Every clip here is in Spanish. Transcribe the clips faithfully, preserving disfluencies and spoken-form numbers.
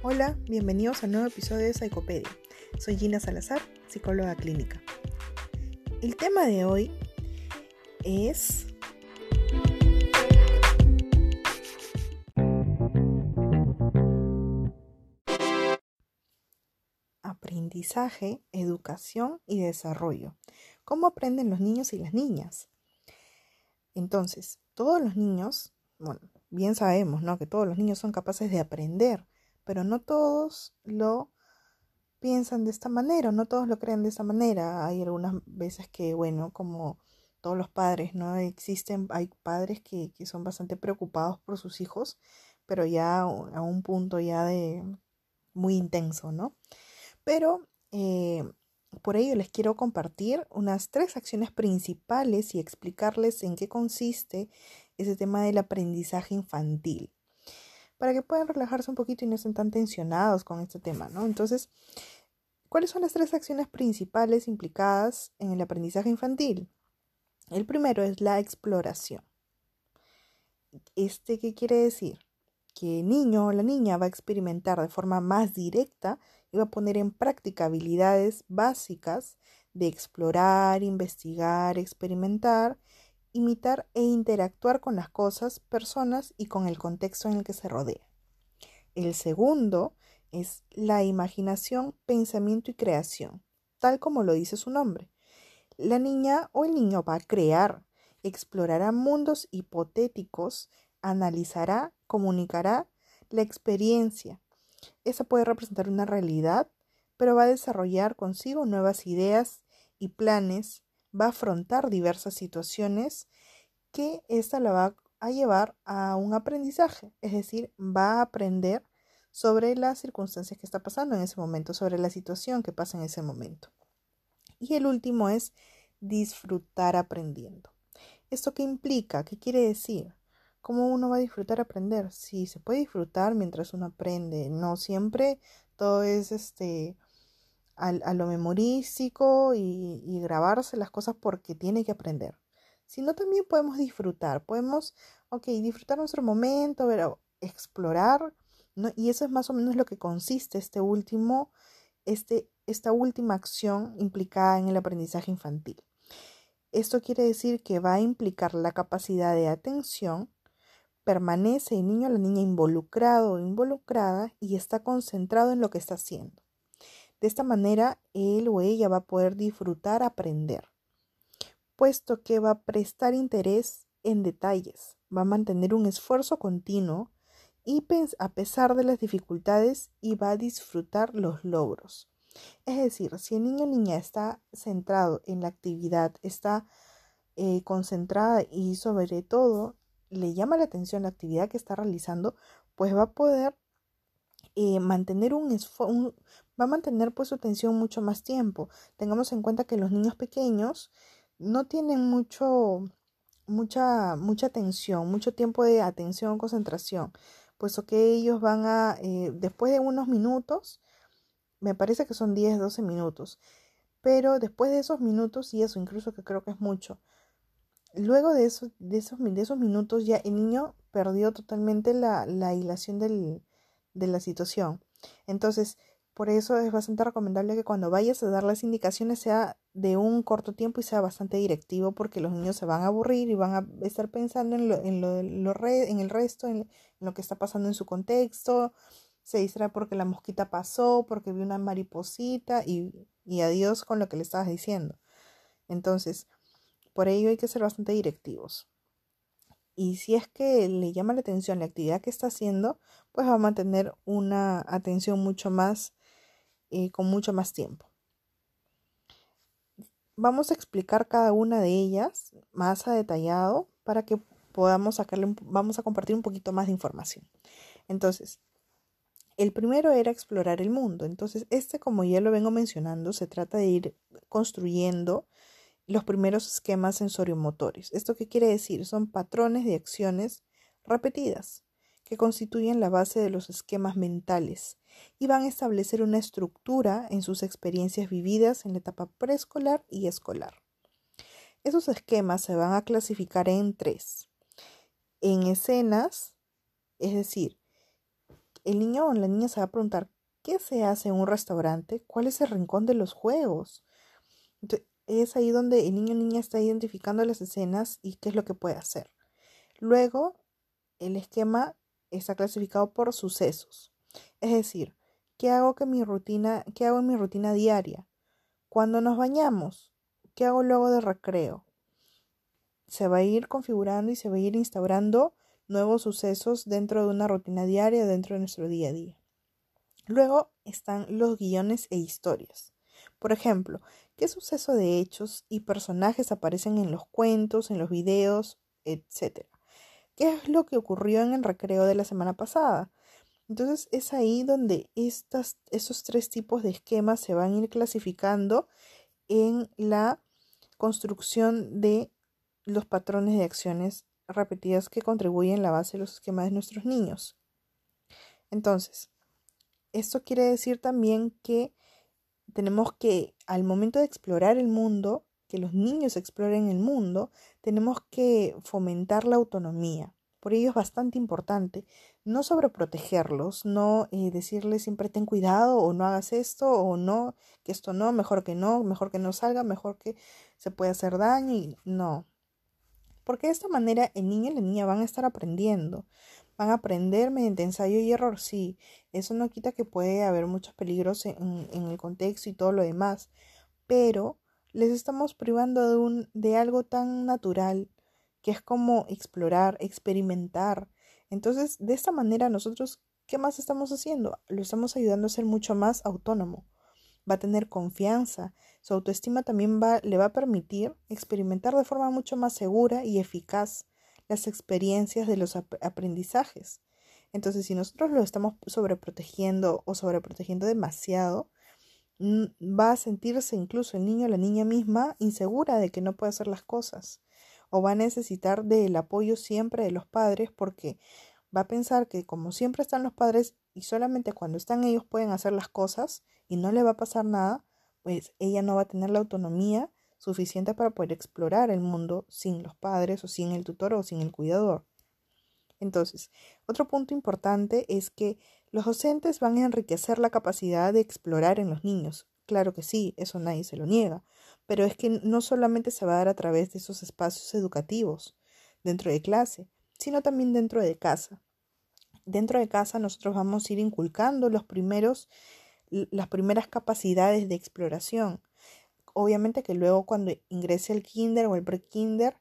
Hola, bienvenidos a un nuevo episodio de Psicopedia. Soy Gina Salazar, psicóloga clínica. El tema de hoy es aprendizaje, educación y desarrollo. ¿Cómo aprenden los niños y las niñas? Entonces, todos los niños, bueno, bien sabemos, ¿no?, que todos los niños son capaces de aprender, pero no todos lo piensan de esta manera, no todos lo creen de esta manera. Hay algunas veces que, bueno, como todos los padres, ¿no? Existen, hay padres que, que son bastante preocupados por sus hijos, pero ya a un punto ya de muy intenso, ¿no? Pero eh, por ello les quiero compartir unas tres acciones principales y explicarles en qué consiste ese tema del aprendizaje infantil, para que puedan relajarse un poquito y no estén tan tensionados con este tema, ¿no? Entonces, ¿cuáles son las tres acciones principales implicadas en el aprendizaje infantil? El primero es la exploración. ¿Este qué quiere decir? Que el niño o la niña va a experimentar de forma más directa y va a poner en práctica habilidades básicas de explorar, investigar, experimentar, imitar e interactuar con las cosas, personas y con el contexto en el que se rodea. El segundo es la imaginación, pensamiento y creación, tal como lo dice su nombre. La niña o el niño va a crear, explorará mundos hipotéticos, analizará, comunicará la experiencia. Esa puede representar una realidad, pero va a desarrollar consigo nuevas ideas y planes, va a afrontar diversas situaciones que esta la va a llevar a un aprendizaje, es decir, va a aprender sobre las circunstancias que está pasando en ese momento, sobre la situación que pasa en ese momento. Y el último es disfrutar aprendiendo. ¿Esto qué implica? ¿Qué quiere decir? ¿Cómo uno va a disfrutar aprender? Sí, se puede disfrutar mientras uno aprende. No siempre todo es este a, a lo memorístico y, y grabarse las cosas porque tiene que aprender. Sino también podemos disfrutar. Podemos, ok, disfrutar nuestro momento, pero explorar, ¿no? Y eso es más o menos lo que consiste este último, este, esta última acción implicada en el aprendizaje infantil. Esto quiere decir que va a implicar la capacidad de atención, permanece el niño o la niña involucrado o involucrada y está concentrado en lo que está haciendo. De esta manera, él o ella va a poder disfrutar aprender, puesto que va a prestar interés en detalles, va a mantener un esfuerzo continuo y a pesar de las dificultades y va a disfrutar los logros. Es decir, si el niño o niña está centrado en la actividad, está eh, concentrada y sobre todo le llama la atención la actividad que está realizando, pues va a poder eh, mantener un esfuerzo, va a mantener pues su atención mucho más tiempo. Tengamos en cuenta que los niños pequeños no tienen mucho, mucha, mucha atención, mucho tiempo de atención, concentración, puesto que ellos van a, eh, después de unos minutos, me parece que son diez, doce minutos, pero después de esos minutos, y eso incluso que creo que es mucho, luego de, eso, de, esos, de esos minutos ya el niño perdió totalmente la, la hilación del, de la situación. Entonces, por eso es bastante recomendable que cuando vayas a dar las indicaciones sea de un corto tiempo y sea bastante directivo, porque los niños se van a aburrir y van a estar pensando en, lo, en, lo, lo re, en el resto, en, en lo que está pasando en su contexto. Se distrae porque la mosquita pasó, porque vio una mariposita y, y adiós con lo que le estabas diciendo. Entonces, por ello hay que ser bastante directivos. Y si es que le llama la atención la actividad que está haciendo, pues va a mantener una atención mucho más, eh, con mucho más tiempo. Vamos a explicar cada una de ellas más a detallado para que podamos sacarle, un, vamos a compartir un poquito más de información. Entonces, el primero era explorar el mundo. Entonces, este, como ya lo vengo mencionando, se trata de ir construyendo los primeros esquemas sensoriomotores. ¿Esto qué quiere decir? Son patrones de acciones repetidas que constituyen la base de los esquemas mentales y van a establecer una estructura en sus experiencias vividas en la etapa preescolar y escolar. Esos esquemas se van a clasificar en tres. En escenas, es decir, el niño o la niña se va a preguntar, ¿qué se hace en un restaurante? ¿Cuál es el rincón de los juegos? Entonces, es ahí donde el niño o niña está identificando las escenas y qué es lo que puede hacer. Luego, el esquema está clasificado por sucesos. Es decir, ¿qué hago que mi rutina, qué hago en mi rutina diaria? Cuando nos bañamos, ¿qué hago luego de recreo? Se va a ir configurando y se va a ir instaurando nuevos sucesos dentro de una rutina diaria, dentro de nuestro día a día. Luego están los guiones e historias. Por ejemplo, ¿qué suceso de hechos y personajes aparecen en los cuentos, en los videos, etcétera? ¿Qué es lo que ocurrió en el recreo de la semana pasada? Entonces es ahí donde estas, esos tres tipos de esquemas se van a ir clasificando en la construcción de los patrones de acciones repetidas que contribuyen a la base de los esquemas de nuestros niños. Entonces, esto quiere decir también que tenemos que, al momento de explorar el mundo, que los niños exploren el mundo, tenemos que fomentar la autonomía. Por ello es bastante importante no sobreprotegerlos, no eh, decirles siempre ten cuidado o no hagas esto o no, que esto no, mejor que no, mejor que no salga, mejor que se puede hacer daño y no. Porque de esta manera el niño y la niña van a estar aprendiendo, van a aprender mediante ensayo y error, sí. Eso no quita que puede haber muchos peligros en, en el contexto y todo lo demás, pero les estamos privando de, un, de algo tan natural que es como explorar, experimentar. Entonces, de esta manera nosotros, ¿qué más estamos haciendo? Lo estamos ayudando a ser mucho más autónomo. Va a tener confianza, su autoestima también va, le va a permitir experimentar de forma mucho más segura y eficaz las experiencias de los ap- aprendizajes. Entonces, si nosotros lo estamos sobreprotegiendo o sobreprotegiendo demasiado, n- va a sentirse incluso el niño o la niña misma insegura de que no puede hacer las cosas o va a necesitar del apoyo siempre de los padres porque va a pensar que como siempre están los padres y solamente cuando están ellos pueden hacer las cosas y no le va a pasar nada, pues ella no va a tener la autonomía suficiente para poder explorar el mundo sin los padres o sin el tutor o sin el cuidador. Entonces, otro punto importante es que los docentes van a enriquecer la capacidad de explorar en los niños. Claro que sí, eso nadie se lo niega, pero es que no solamente se va a dar a través de esos espacios educativos dentro de clase, sino también dentro de casa. Dentro de casa nosotros vamos a ir inculcando los primeros, las primeras capacidades de exploración. Obviamente que luego cuando ingrese al kinder o el pre-kinder,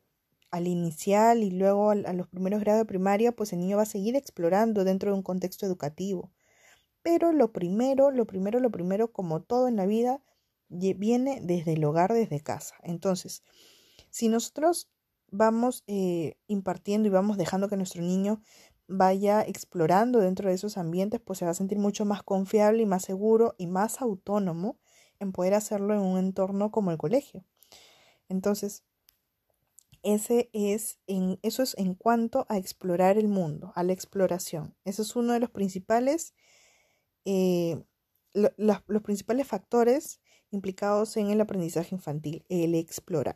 al inicial y luego a los primeros grados de primaria, pues el niño va a seguir explorando dentro de un contexto educativo. Pero lo primero, lo primero, lo primero, como todo en la vida, viene desde el hogar, desde casa. Entonces, si nosotros vamos eh, impartiendo y vamos dejando que nuestro niño vaya explorando dentro de esos ambientes, pues se va a sentir mucho más confiable y más seguro y más autónomo en poder hacerlo en un entorno como el colegio. Entonces, ese es en, eso es en cuanto a explorar el mundo, a la exploración. Eso es uno de los principales, eh, lo, la, los principales factores implicados en el aprendizaje infantil, el explorar.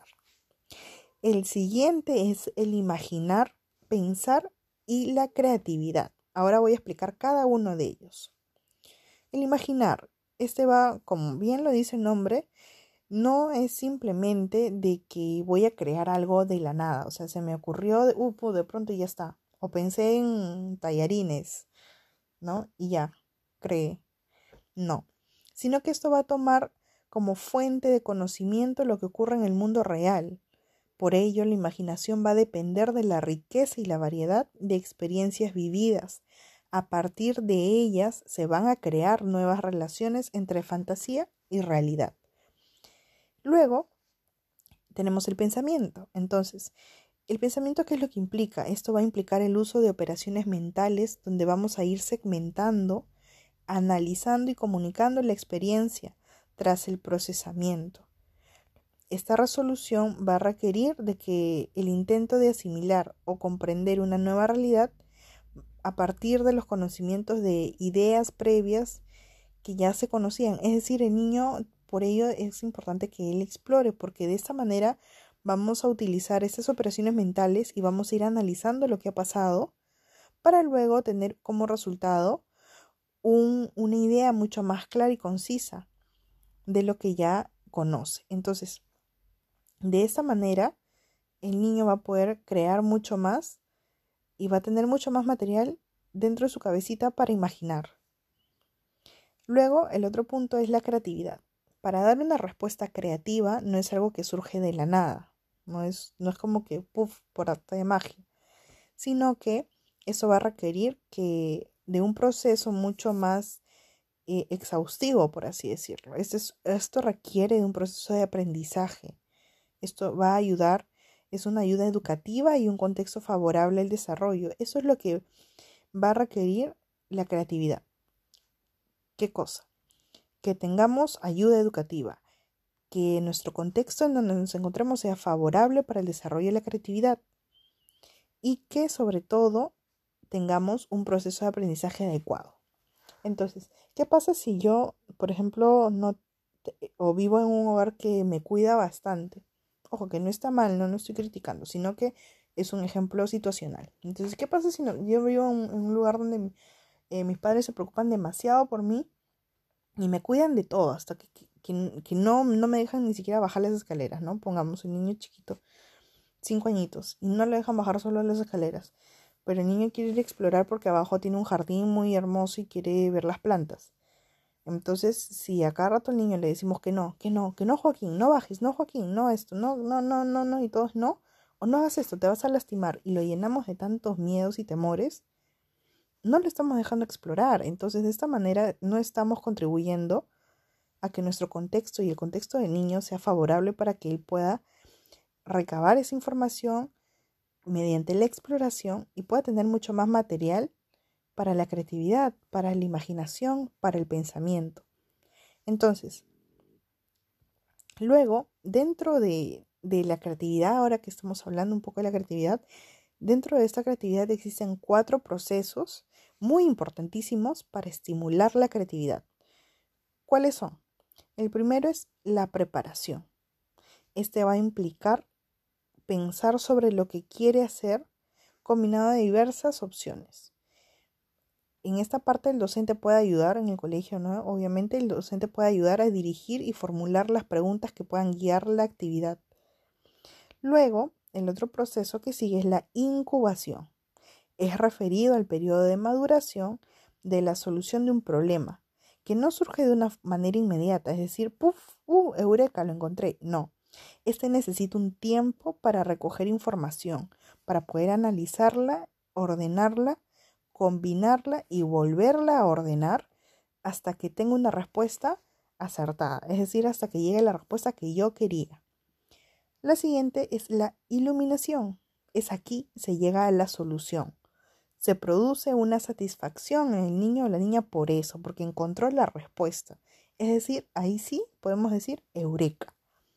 El siguiente es el imaginar, pensar y la creatividad. Ahora voy a explicar cada uno de ellos. El imaginar, este va, como bien lo dice el nombre, no es simplemente de que voy a crear algo de la nada. O sea, se me ocurrió, de, uh, de pronto y ya está. O pensé en tallarines, ¿no? Y ya, creé. No. Sino que esto va a tomar como fuente de conocimiento lo que ocurre en el mundo real. Por ello, la imaginación va a depender de la riqueza y la variedad de experiencias vividas. A partir de ellas se van a crear nuevas relaciones entre fantasía y realidad. Luego tenemos el pensamiento. Entonces, ¿el pensamiento qué es lo que implica? Esto va a implicar el uso de operaciones mentales donde vamos a ir segmentando, analizando y comunicando la experiencia tras el procesamiento. Esta resolución va a requerir de que el intento de asimilar o comprender una nueva realidad a partir de los conocimientos de ideas previas que ya se conocían. Es decir, el niño, por ello es importante que él explore, porque de esta manera vamos a utilizar estas operaciones mentales y vamos a ir analizando lo que ha pasado para luego tener como resultado un, una idea mucho más clara y concisa de lo que ya conoce. Entonces, de esta manera, el niño va a poder crear mucho más y va a tener mucho más material dentro de su cabecita para imaginar. Luego, el otro punto es la creatividad. Para dar una respuesta creativa no es algo que surge de la nada, no es, no es como que puff, por arte de magia, sino que eso va a requerir que de un proceso mucho más eh, exhaustivo, por así decirlo. Esto, es, esto requiere de un proceso de aprendizaje. Esto va a ayudar, es una ayuda educativa y un contexto favorable al desarrollo. Eso es lo que va a requerir la creatividad. ¿Qué cosa? Que tengamos ayuda educativa, que nuestro contexto en donde nos encontremos sea favorable para el desarrollo de la creatividad y que sobre todo tengamos un proceso de aprendizaje adecuado. Entonces, ¿qué pasa si yo, por ejemplo, no o vivo en un hogar que me cuida bastante? Ojo, que no está mal, no, no estoy criticando, sino que es un ejemplo situacional. Entonces, ¿qué pasa si no, yo vivo en, en un lugar donde eh, mis padres se preocupan demasiado por mí y me cuidan de todo, hasta que, que, que no, no me dejan ni siquiera bajar las escaleras, ¿no? Pongamos un niño chiquito, cinco añitos, y no le dejan bajar solo las escaleras, pero el niño quiere ir a explorar porque abajo tiene un jardín muy hermoso y quiere ver las plantas. Entonces, si a cada rato al niño le decimos que no, que no, que no, Joaquín, no bajes, no, Joaquín, no esto, no, no, no, no, no, y todos no, o no hagas esto, te vas a lastimar, y lo llenamos de tantos miedos y temores, no lo estamos dejando explorar. Entonces, de esta manera no estamos contribuyendo a que nuestro contexto y el contexto del niño sea favorable para que él pueda recabar esa información mediante la exploración y pueda tener mucho más material para la creatividad, para la imaginación, para el pensamiento. Entonces, luego, dentro de, de la creatividad, ahora que estamos hablando un poco de la creatividad, dentro de esta creatividad existen cuatro procesos muy importantísimos para estimular la creatividad. ¿Cuáles son? El primero es la preparación. Este va a implicar pensar sobre lo que quiere hacer combinado de diversas opciones. En esta parte el docente puede ayudar en el colegio, ¿no? Obviamente el docente puede ayudar a dirigir y formular las preguntas que puedan guiar la actividad. Luego, el otro proceso que sigue es la incubación. Es referido al periodo de maduración de la solución de un problema, que no surge de una manera inmediata, es decir, ¡puf! ¡Uh! ¡Eureka! Lo encontré. No. Este necesita un tiempo para recoger información, para poder analizarla, ordenarla, combinarla y volverla a ordenar hasta que tenga una respuesta acertada, es decir, hasta que llegue la respuesta que yo quería. La siguiente es la iluminación. Es aquí se llega a la solución. Se produce una satisfacción en el niño o la niña por eso, porque encontró la respuesta. Es decir, ahí sí podemos decir eureka.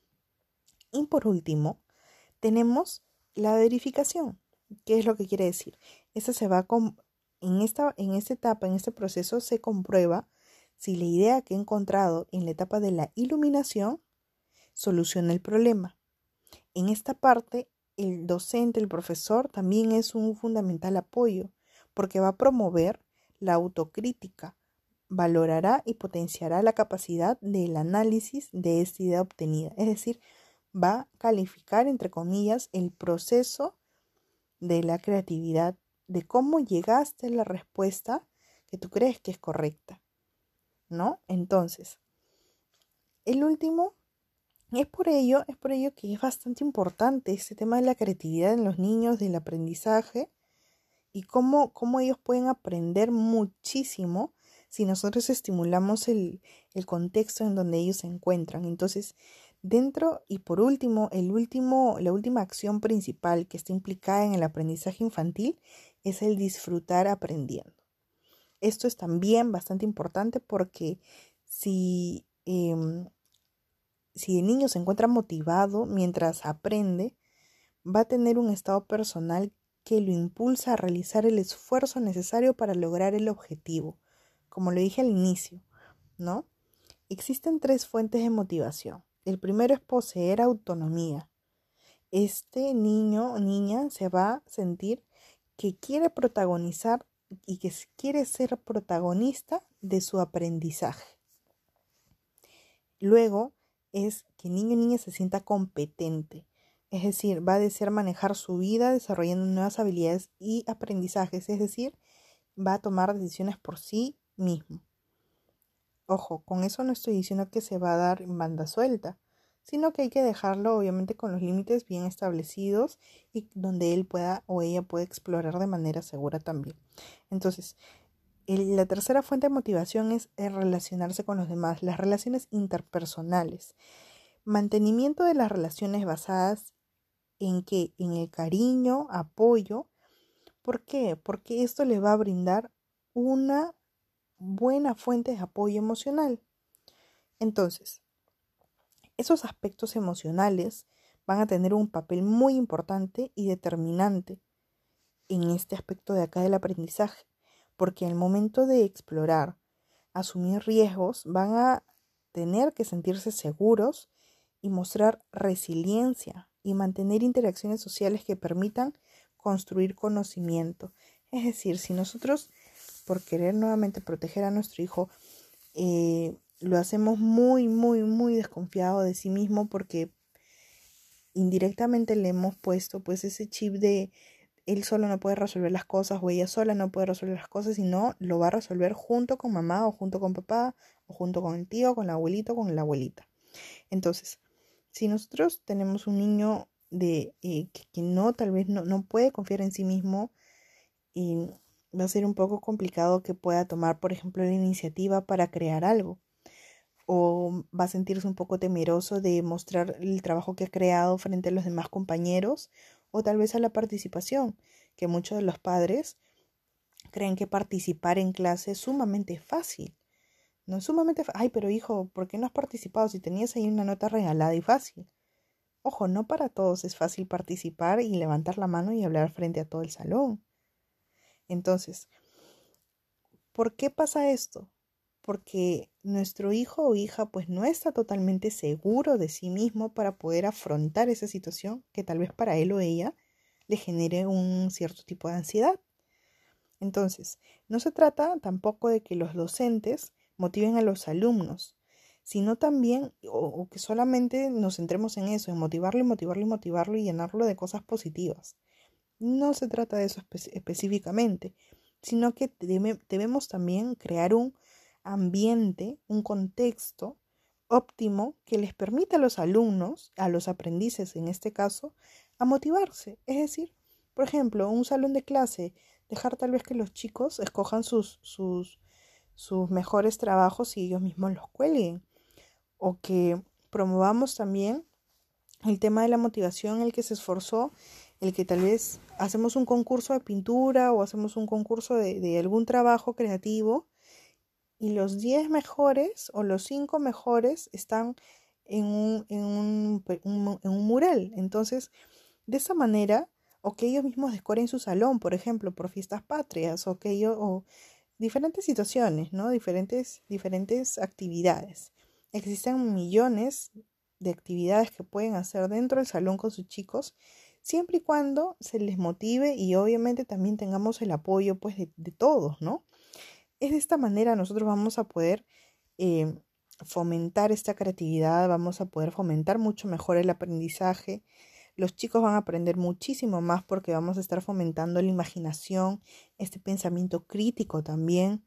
Y por último, tenemos la verificación. ¿Qué es lo que quiere decir? Esta se va con, en, esta, en esta etapa, en este proceso, se comprueba si la idea que he encontrado en la etapa de la iluminación soluciona el problema. En esta parte, el docente, el profesor, también es un fundamental apoyo, porque va a promover la autocrítica, valorará y potenciará la capacidad del análisis de esta idea obtenida. Es decir, va a calificar, entre comillas, el proceso de la creatividad, de cómo llegaste a la respuesta que tú crees que es correcta, ¿no? Entonces, el último, es por ello, es por ello que es bastante importante este tema de la creatividad en los niños, del aprendizaje y cómo, cómo ellos pueden aprender muchísimo si nosotros estimulamos el, el contexto en donde ellos se encuentran. Entonces, dentro y por último, el último, la última acción principal que está implicada en el aprendizaje infantil es el disfrutar aprendiendo. Esto es también bastante importante porque si, eh, si el niño se encuentra motivado mientras aprende, va a tener un estado personal que lo impulsa a realizar el esfuerzo necesario para lograr el objetivo. Como lo dije al inicio, ¿no? Existen tres fuentes de motivación. El primero es poseer autonomía. Este niño o niña se va a sentir que quiere protagonizar y que quiere ser protagonista de su aprendizaje. Luego es que el niño o niña se sienta competente, es decir, va a desear manejar su vida desarrollando nuevas habilidades y aprendizajes, es decir, va a tomar decisiones por sí mismo. Ojo, con eso no estoy diciendo que se va a dar en banda suelta, sino que hay que dejarlo obviamente con los límites bien establecidos y donde él pueda o ella pueda explorar de manera segura también. Entonces, el, la tercera fuente de motivación es el relacionarse con los demás, las relaciones interpersonales. Mantenimiento de las relaciones basadas en que en el cariño, apoyo. ¿Por qué? Porque esto le va a brindar una buena fuente de apoyo emocional. Entonces, esos aspectos emocionales van a tener un papel muy importante y determinante en este aspecto de acá del aprendizaje, porque al momento de explorar, asumir riesgos, van a tener que sentirse seguros y mostrar resiliencia y mantener interacciones sociales que permitan construir conocimiento. Es decir, si nosotros, por querer nuevamente proteger a nuestro hijo, eh, lo hacemos muy, muy, muy desconfiado de sí mismo porque indirectamente le hemos puesto pues ese chip de él solo no puede resolver las cosas o ella sola no puede resolver las cosas, sino lo va a resolver junto con mamá o junto con papá o junto con el tío, con el abuelito, con la abuelita. Entonces, si nosotros tenemos un niño de eh, que, que no, tal vez no, no puede confiar en sí mismo, y va a ser un poco complicado que pueda tomar, por ejemplo, la iniciativa para crear algo. O va a sentirse un poco temeroso de mostrar el trabajo que ha creado frente a los demás compañeros, o tal vez a la participación, que muchos de los padres creen que participar en clase es sumamente fácil. No es sumamente fácil. Ay, pero hijo, ¿por qué no has participado si tenías ahí una nota regalada y fácil? Ojo, no para todos es fácil participar y levantar la mano y hablar frente a todo el salón. Entonces, ¿por qué pasa esto? Porque nuestro hijo o hija pues no está totalmente seguro de sí mismo para poder afrontar esa situación que tal vez para él o ella le genere un cierto tipo de ansiedad. Entonces, no se trata tampoco de que los docentes motiven a los alumnos, sino también, o, o que solamente nos centremos en eso, en motivarlo y motivarlo y motivarlo y llenarlo de cosas positivas. No se trata de eso espe- específicamente, sino que debe, debemos también crear un ambiente, un contexto óptimo que les permita a los alumnos, a los aprendices en este caso, a motivarse. Es decir, por ejemplo, un salón de clase, dejar tal vez que los chicos escojan sus, sus, sus mejores trabajos y ellos mismos los cuelguen. O que promovamos también el tema de la motivación, el que se esforzó, el que tal vez hacemos un concurso de pintura o hacemos un concurso de, de algún trabajo creativo y los diez mejores o los cinco mejores están en un, en un, un, en un mural. Entonces, de esa manera, o que ellos mismos decoren su salón, por ejemplo, por fiestas patrias, o que ellos, o diferentes situaciones, ¿no? Diferentes, diferentes actividades. Existen millones de actividades que pueden hacer dentro del salón con sus chicos, siempre y cuando se les motive y obviamente también tengamos el apoyo pues de, de todos, ¿no? Es de esta manera nosotros vamos a poder eh, fomentar esta creatividad, vamos a poder fomentar mucho mejor el aprendizaje. Los chicos van a aprender muchísimo más porque vamos a estar fomentando la imaginación, este pensamiento crítico también,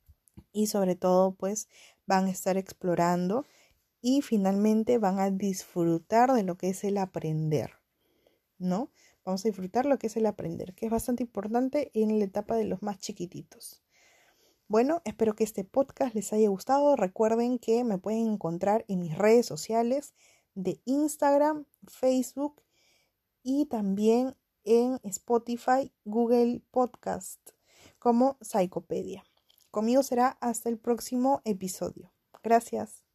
y sobre todo pues van a estar explorando y finalmente van a disfrutar de lo que es el aprender, ¿no? Vamos a disfrutar lo que es el aprender, que es bastante importante en la etapa de los más chiquititos. Bueno, espero que este podcast les haya gustado. Recuerden que me pueden encontrar en mis redes sociales de Instagram, Facebook y también en Spotify, Google Podcast como Psicopedia. Conmigo será hasta el próximo episodio. Gracias.